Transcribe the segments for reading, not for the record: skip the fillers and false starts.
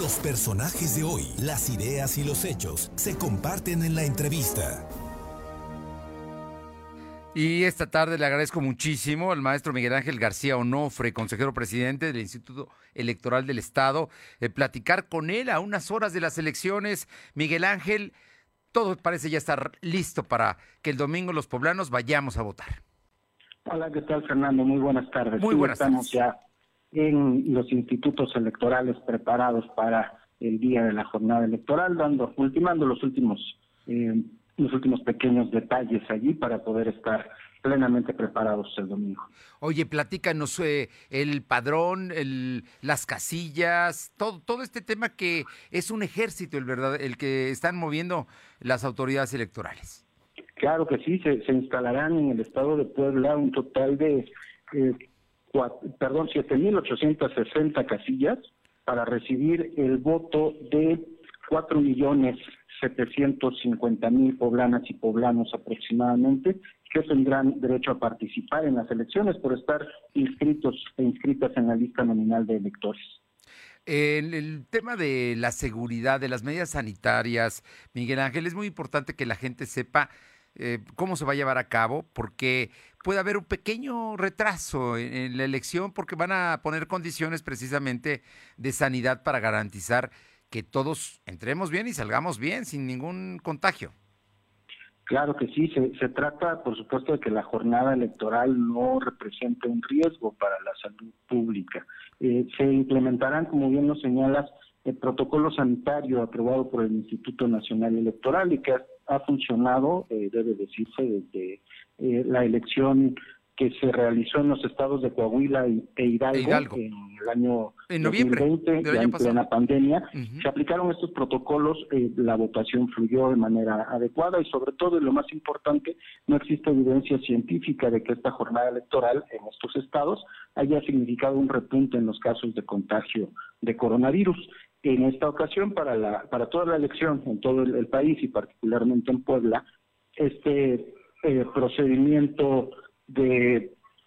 Los personajes de hoy, las ideas y los hechos se comparten en la entrevista. Y esta tarde le agradezco muchísimo al maestro Miguel Ángel García Onofre, consejero presidente del Instituto Electoral del Estado, platicar con él a unas horas de las elecciones. Miguel Ángel, todo parece ya estar listo para que el domingo los poblanos vayamos a votar. Hola, ¿qué tal, Fernando? Muy buenas tardes. Muy buenas tardes. Estamos ya en los institutos electorales preparados para el día de la jornada electoral, ultimando los últimos pequeños detalles allí para poder estar plenamente preparados el domingo. Oye, platícanos el padrón, las casillas, todo este tema que es un ejército, el que están moviendo las autoridades electorales. Claro que sí, se instalarán en el estado de Puebla un total de 7,860 casillas para recibir el voto de 4,750,000 poblanas y poblanos aproximadamente, que tendrán derecho a participar en las elecciones por estar inscritos e inscritas en la lista nominal de electores. El tema de la seguridad, de las medidas sanitarias, Miguel Ángel, es muy importante que la gente sepa cómo se va a llevar a cabo, porque puede haber un pequeño retraso en la elección, porque van a poner condiciones precisamente de sanidad para garantizar que todos entremos bien y salgamos bien, sin ningún contagio. Claro que sí, se trata, por supuesto, de que la jornada electoral no represente un riesgo para la salud pública. Se implementarán, como bien lo señalas, el protocolo sanitario aprobado por el Instituto Nacional Electoral y que ha funcionado, debe decirse, desde la elección que se realizó en los estados de Coahuila e Hidalgo en el año noviembre, 2020, ya en plena pandemia. Uh-huh. Se aplicaron estos protocolos, la votación fluyó de manera adecuada y sobre todo, y lo más importante, no existe evidencia científica de que esta jornada electoral en estos estados haya significado un repunte en los casos de contagio de coronavirus. En esta ocasión, para toda la elección en todo el país y particularmente en Puebla, este procedimiento de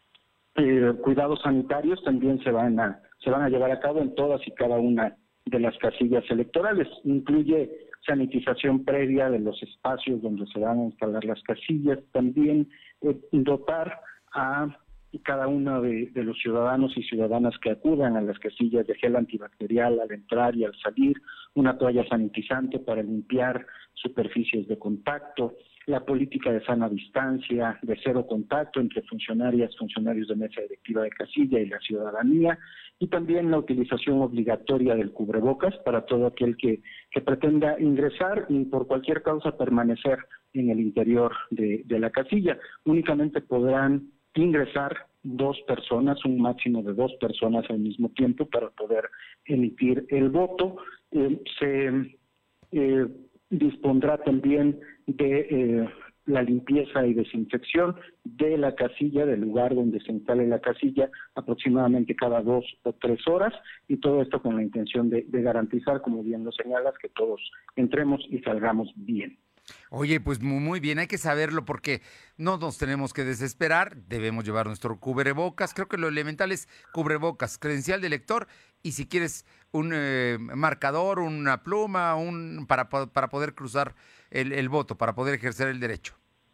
cuidados sanitarios también se van a llevar a cabo en todas y cada una de las casillas electorales. Incluye sanitización previa de los espacios donde se van a instalar las casillas, también dotar a cada uno de los ciudadanos y ciudadanas que acudan a las casillas de gel antibacterial al entrar y al salir, una toalla sanitizante para limpiar superficies de contacto, la política de sana distancia, de cero contacto entre funcionarios de mesa directiva de casilla y la ciudadanía, y también la utilización obligatoria del cubrebocas para todo aquel que pretenda ingresar y por cualquier causa permanecer en el interior de la casilla. Únicamente podrán ingresar 2 personas, un máximo de 2 personas al mismo tiempo para poder emitir el voto. Se dispondrá también de la limpieza y desinfección de la casilla, del lugar donde se instale la casilla, aproximadamente cada 2 o 3 horas, y todo esto con la intención de garantizar, como bien lo señalas, que todos entremos y salgamos bien. Oye, pues muy bien, hay que saberlo porque no nos tenemos que desesperar, debemos llevar nuestro cubrebocas, creo que lo elemental es cubrebocas, credencial de elector y si quieres un marcador, una pluma, para poder cruzar el voto, para poder ejercer el derecho.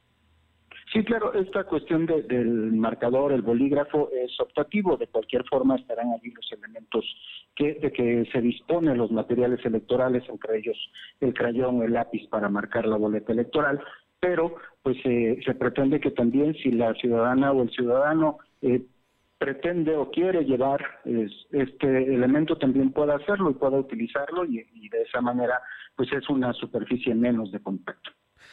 Sí, claro, esta cuestión del marcador, el bolígrafo, es optativo. De cualquier forma estarán allí los elementos de que se disponen los materiales electorales, entre ellos el crayón, el lápiz para marcar la boleta electoral, pero pues se pretende que también si la ciudadana o el ciudadano pretende o quiere llevar este elemento también pueda hacerlo y pueda utilizarlo y de esa manera pues es una superficie menos de contacto.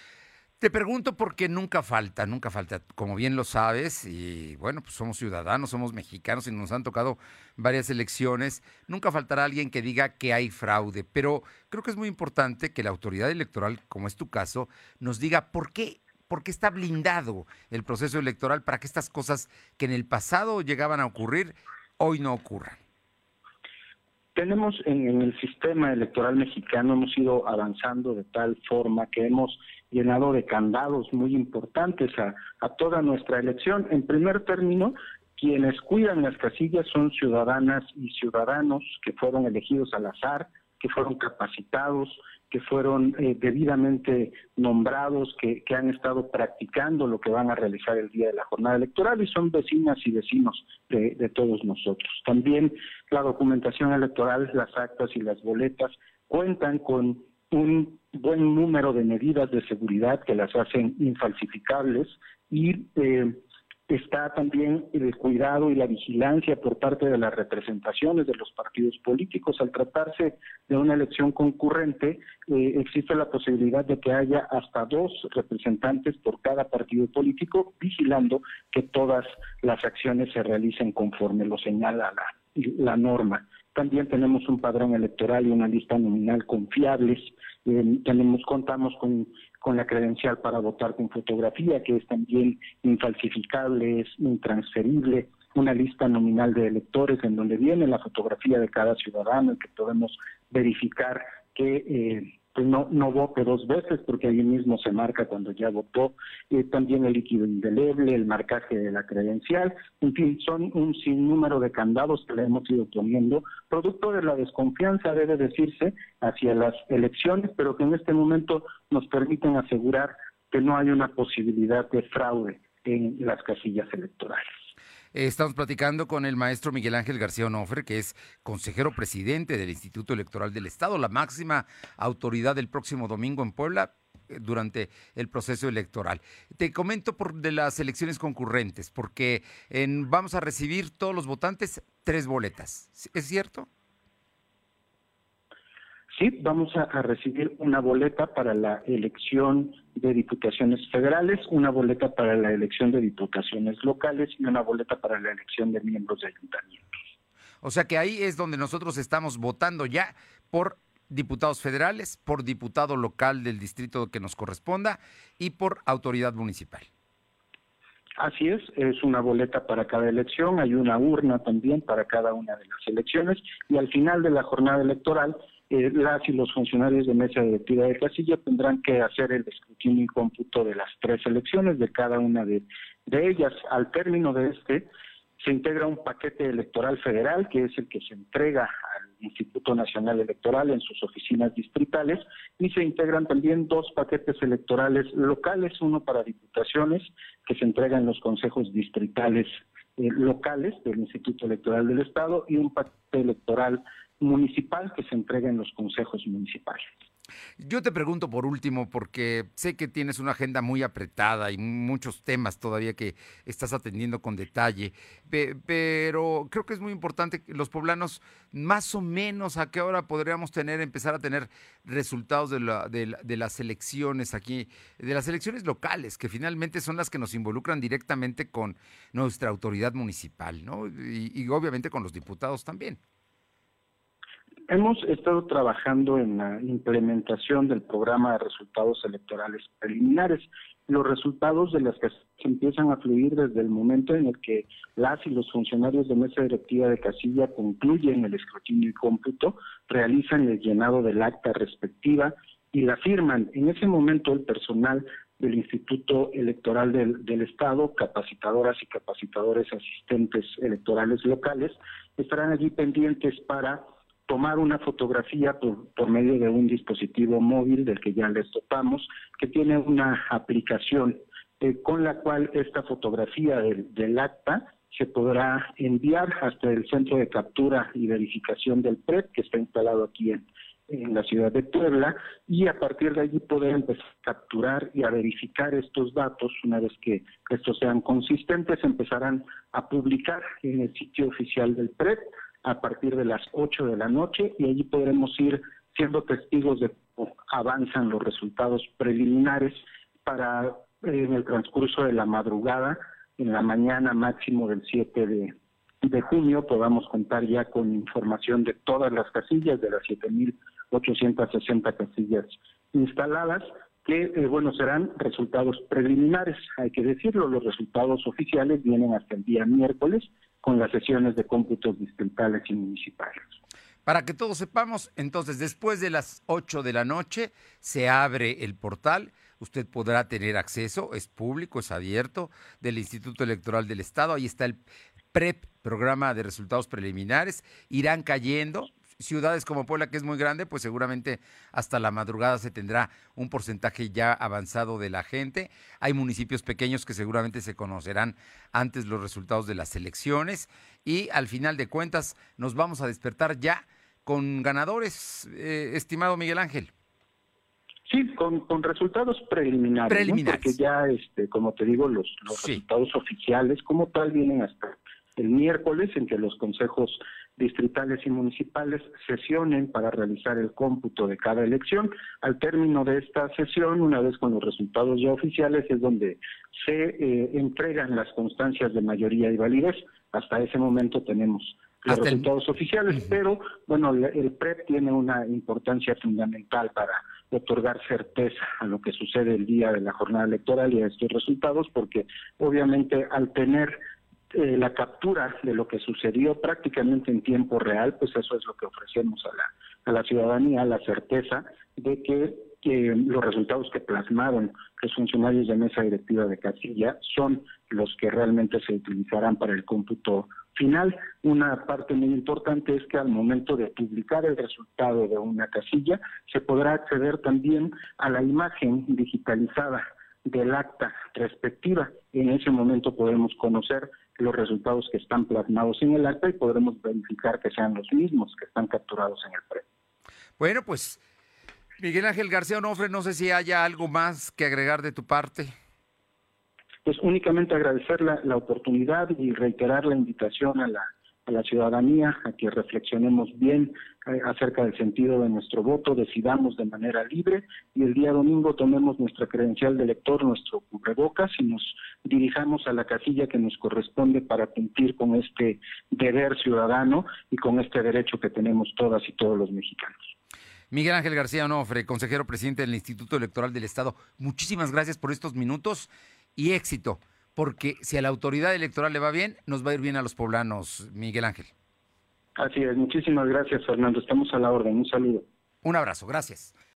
Te pregunto porque nunca falta, como bien lo sabes, y bueno, pues somos ciudadanos, somos mexicanos y nos han tocado varias elecciones, nunca faltará alguien que diga que hay fraude, pero creo que es muy importante que la autoridad electoral, como es tu caso, nos diga por qué está blindado el proceso electoral para que estas cosas que en el pasado llegaban a ocurrir, hoy no ocurran. Tenemos en el sistema electoral mexicano, hemos ido avanzando de tal forma que hemos llenado de candados muy importantes a toda nuestra elección. En primer término, quienes cuidan las casillas son ciudadanas y ciudadanos que fueron elegidos al azar que fueron capacitados, que fueron debidamente nombrados, que han estado practicando lo que van a realizar el día de la jornada electoral y son vecinas y vecinos de todos nosotros. También la documentación electoral, las actas y las boletas cuentan con un buen número de medidas de seguridad que las hacen infalsificables y está también el cuidado y la vigilancia por parte de las representaciones de los partidos políticos. Al tratarse de una elección concurrente, existe la posibilidad de que haya hasta 2 representantes por cada partido político, vigilando que todas las acciones se realicen conforme lo señala la norma. También tenemos un padrón electoral y una lista nominal confiables. Contamos con la credencial para votar con fotografía, que es también infalsificable, es intransferible, una lista nominal de electores en donde viene la fotografía de cada ciudadano y que podemos verificar que pues no vote 2 veces, porque ahí mismo se marca cuando ya votó, también el líquido indeleble, el marcaje de la credencial, en fin, son un sinnúmero de candados que le hemos ido poniendo, producto de la desconfianza, debe decirse, hacia las elecciones, pero que en este momento nos permiten asegurar que no hay una posibilidad de fraude en las casillas electorales. Estamos platicando con el maestro Miguel Ángel García Onofre, que es consejero presidente del Instituto Electoral del Estado, la máxima autoridad del próximo domingo en Puebla durante el proceso electoral. Te comento de las elecciones concurrentes, porque vamos a recibir todos los votantes 3 boletas. ¿Es cierto? Sí, vamos a recibir una boleta para la elección de diputaciones federales, una boleta para la elección de diputaciones locales y una boleta para la elección de miembros de ayuntamientos. O sea que ahí es donde nosotros estamos votando ya por diputados federales, por diputado local del distrito que nos corresponda y por autoridad municipal. Así es una boleta para cada elección, hay una urna también para cada una de las elecciones y al final de la jornada electoral las y los funcionarios de mesa directiva de casilla tendrán que hacer el escrutinio y cómputo de las 3 elecciones, de cada una de ellas. Al término de se integra un paquete electoral federal, que es el que se entrega al Instituto Nacional Electoral en sus oficinas distritales, y se integran también 2 paquetes electorales locales, uno para diputaciones, que se entrega en los consejos distritales locales del Instituto Electoral del Estado, y un paquete electoral municipal que se entrega en los consejos municipales. Yo te pregunto por último, porque sé que tienes una agenda muy apretada y muchos temas todavía que estás atendiendo con detalle, pero creo que es muy importante que los poblanos, más o menos, ¿a qué hora podríamos empezar a tener resultados de las elecciones aquí, de las elecciones locales, que finalmente son las que nos involucran directamente con nuestra autoridad municipal, ¿no? Y obviamente con los diputados también? Hemos estado trabajando en la implementación del programa de resultados electorales preliminares. Los resultados de las que se empiezan a fluir desde el momento en el que las y los funcionarios de mesa directiva de casilla concluyen el escrutinio y cómputo, realizan el llenado del acta respectiva y la firman. En ese momento el personal del Instituto Electoral del Estado, capacitadoras y capacitadores asistentes electorales locales, estarán allí pendientes para tomar una fotografía por medio de un dispositivo móvil del que ya les topamos, que tiene una aplicación con la cual esta fotografía del acta se podrá enviar hasta el centro de captura y verificación del PREP, que está instalado aquí en la ciudad de Puebla, y a partir de allí poder empezar a capturar y a verificar estos datos. Una vez que estos sean consistentes, empezarán a publicar en el sitio oficial del PREP a partir de las 8 de la noche, y allí podremos ir siendo testigos de cómo avanzan los resultados preliminares para en el transcurso de la madrugada, en la mañana máximo del 7 de junio, podamos contar ya con información de todas las casillas, de las 7.860 casillas instaladas, que serán resultados preliminares, hay que decirlo. Los resultados oficiales vienen hasta el día miércoles, con las sesiones de cómputos distritales y municipales. Para que todos sepamos, entonces, después de las 8 de la noche se abre el portal, usted podrá tener acceso, es público, es abierto, del Instituto Electoral del Estado, ahí está el PREP, Programa de Resultados Preliminares, irán cayendo, ciudades como Puebla, que es muy grande, pues seguramente hasta la madrugada se tendrá un porcentaje ya avanzado de la gente. Hay municipios pequeños que seguramente se conocerán antes los resultados de las elecciones y al final de cuentas nos vamos a despertar ya con ganadores, estimado Miguel Ángel. Sí, con resultados preliminares, ¿no? Porque ya, como te digo, los resultados oficiales como tal vienen hasta el miércoles, en que los consejos distritales y municipales sesionen para realizar el cómputo de cada elección. Al término de esta sesión, una vez con los resultados ya oficiales, es donde se entregan las constancias de mayoría y validez. Hasta ese momento tenemos los resultados oficiales, pero bueno, el PREP tiene una importancia fundamental para otorgar certeza a lo que sucede el día de la jornada electoral y a estos resultados, porque obviamente al tener la captura de lo que sucedió prácticamente en tiempo real, pues eso es lo que ofrecemos a la ciudadanía, la certeza de que los resultados que plasmaron los funcionarios de mesa directiva de casilla son los que realmente se utilizarán para el cómputo final. Una parte muy importante es que al momento de publicar el resultado de una casilla, se podrá acceder también a la imagen digitalizada del acta respectiva. En ese momento podremos conocer los resultados que están plasmados en el acta y podremos verificar que sean los mismos que están capturados en el PREP. Bueno, pues Miguel Ángel García Onofre, no sé si haya algo más que agregar de tu parte. Pues únicamente agradecer la oportunidad y reiterar la invitación a la ciudadanía a que reflexionemos bien acerca del sentido de nuestro voto, decidamos de manera libre y el día domingo tomemos nuestra credencial de elector, nuestro cubrebocas y nos dirijamos a la casilla que nos corresponde para cumplir con este deber ciudadano y con este derecho que tenemos todas y todos los mexicanos. Miguel Ángel García Onofre, consejero presidente del Instituto Electoral del Estado, muchísimas gracias por estos minutos y éxito, porque si a la autoridad electoral le va bien, nos va a ir bien a los poblanos, Miguel Ángel. Así es, muchísimas gracias, Fernando, estamos a la orden, un saludo. Un abrazo, gracias.